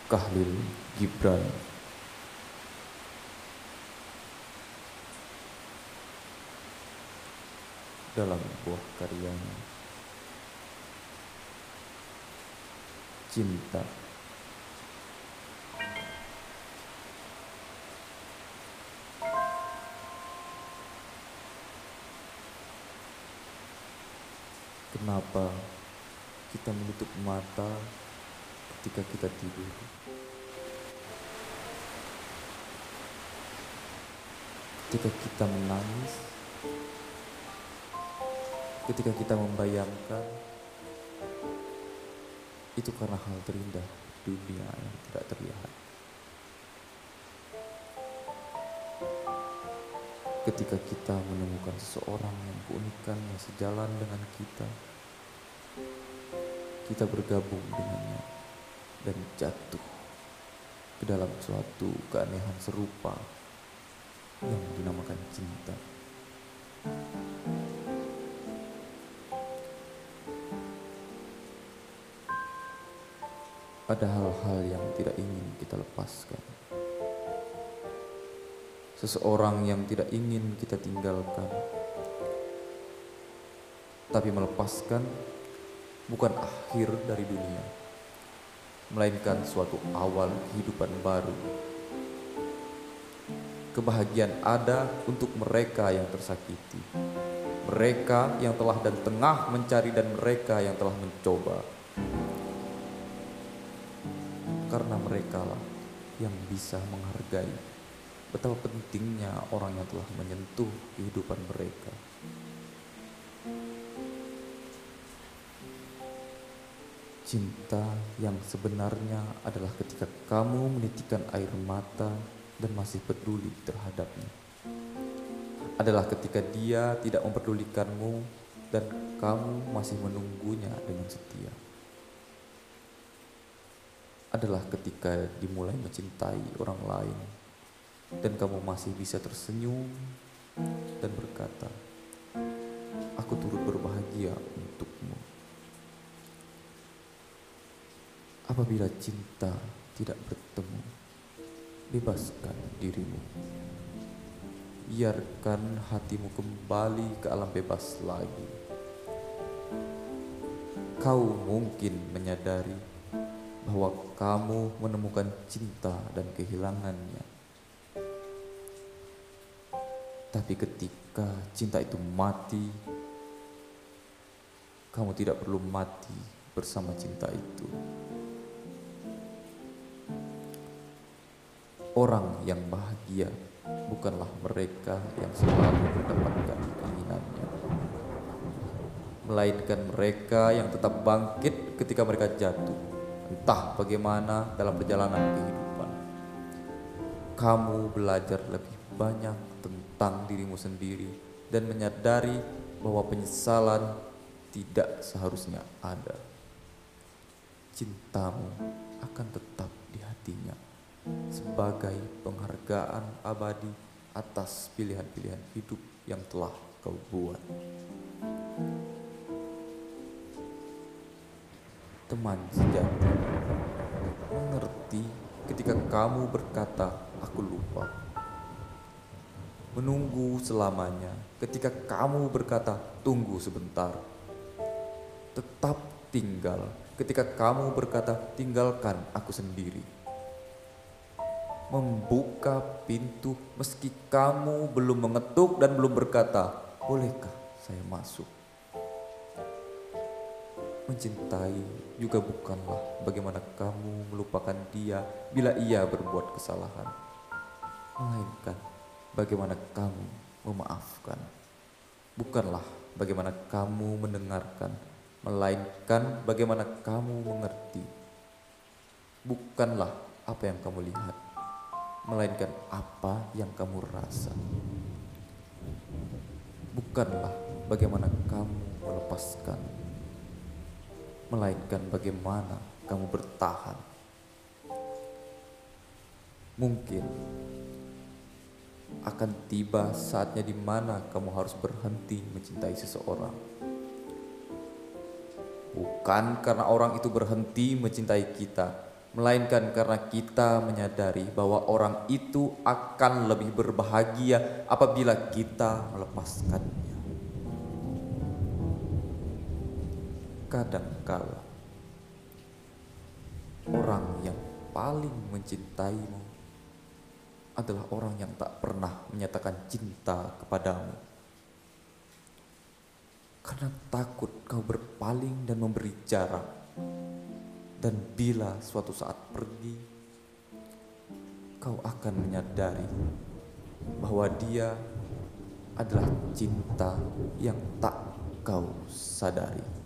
Khalil Gibran dalam buah karyanya Cinta. Kenapa kita menutup mata ketika kita tidur? Ketika kita menangis, ketika kita membayangkan, itu karena hal terindah dunia yang tidak terlihat. Ketika kita menemukan seseorang yang keunikannya sejalan dengan kita bergabung dengannya dan jatuh ke dalam suatu keanehan serupa yang dinamakan cinta. Ada hal-hal yang tidak ingin kita lepaskan. Seseorang yang tidak ingin kita tinggalkan. Tapi melepaskan bukan akhir dari dunia, melainkan suatu awal kehidupan baru. Kebahagiaan ada untuk mereka yang tersakiti, mereka yang telah dan tengah mencari, dan mereka yang telah mencoba. Karena merekalah yang bisa menghargai betapa pentingnya orang yang telah menyentuh kehidupan mereka. Cinta yang sebenarnya adalah ketika kamu menitikkan air mata dan masih peduli terhadapnya. Adalah ketika dia tidak memperdulikanmu dan kamu masih menunggunya dengan setia. Adalah ketika dimulai mencintai orang lain dan kamu masih bisa tersenyum dan berkata, "Aku turut berbahagia untukmu." Apabila cinta tidak bertemu, bebaskan dirimu. Biarkan hatimu kembali ke alam bebas lagi. Kau mungkin menyadari bahwa kamu menemukan cinta dan kehilangannya. Tapi ketika cinta itu mati, kamu tidak perlu mati bersama cinta itu. Orang yang bahagia bukanlah mereka yang selalu mendapatkan keinginannya, melainkan mereka yang tetap bangkit ketika mereka jatuh. Entah bagaimana dalam perjalanan kehidupan, kamu belajar lebih banyak tentang dirimu sendiri dan menyadari bahwa penyesalan tidak seharusnya ada. Cintamu akan tetap di hatinya sebagai penghargaan abadi atas pilihan-pilihan hidup yang telah kau buat. Teman sejati mengerti ketika kamu berkata, "Aku lupa." Menunggu selamanya ketika kamu berkata, "Tunggu sebentar." Tetap tinggal ketika kamu berkata, "Tinggalkan aku sendiri." Membuka pintu meski kamu belum mengetuk dan belum berkata, "Bolehkah saya masuk?" Mencintai juga bukanlah bagaimana kamu melupakan dia bila ia berbuat kesalahan, melainkan bagaimana kamu memaafkan. Bukanlah bagaimana kamu mendengarkan, melainkan bagaimana kamu mengerti. Bukanlah apa yang kamu lihat, melainkan apa yang kamu rasa. Bukanlah bagaimana kamu melepaskan, melainkan bagaimana kamu bertahan. Mungkin akan tiba saatnya di mana kamu harus berhenti mencintai seseorang. Bukan karena orang itu berhenti mencintai kita, melainkan karena kita menyadari bahwa orang itu akan lebih berbahagia apabila kita melepaskannya. Kadangkala orang yang paling mencintaimu adalah orang yang tak pernah menyatakan cinta kepadamu, karena takut kau berpaling dan memberi jarak. Dan bila suatu saat pergi, kau akan menyadari bahwa dia adalah cinta yang tak kau sadari.